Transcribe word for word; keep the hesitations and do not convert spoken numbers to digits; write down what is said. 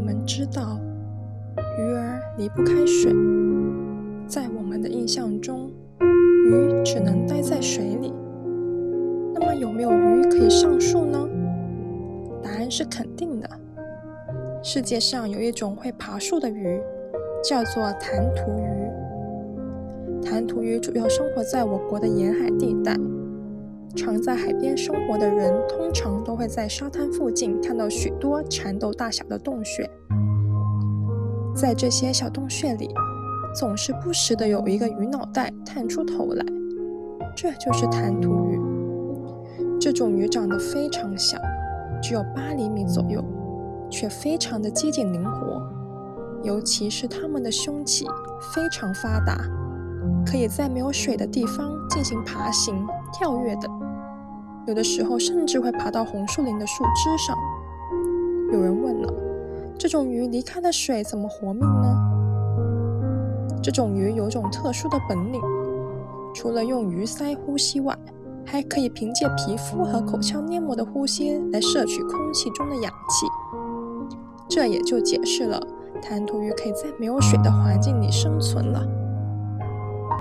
们知道，鱼儿离不开水。在我们的印象中，鱼只能待在水里。那么有没有鱼可以上树呢？答案是肯定的。世界上有一种会爬树的鱼，叫做弹涂鱼。弹涂鱼主要生活在我国的沿海地带。常在海边生活的人，通常都会在沙滩附近看到许多蚕豆大小的洞穴。在这些小洞穴里，总是不时的有一个鱼脑袋探出头来，这就是弹涂鱼。这种鱼长得非常小，只有八厘米左右，却非常的机警灵活，尤其是它们的胸鳍非常发达，可以在没有水的地方进行爬行、跳跃等，有的时候甚至会爬到红树林的树枝上。有人问了，这种鱼离开了水怎么活命呢？这种鱼有种特殊的本领，除了用鱼鳃呼吸外，还可以凭借皮肤和口腔黏膜的呼吸来摄取空气中的氧气。这也就解释了弹涂鱼可以在没有水的环境里生存了。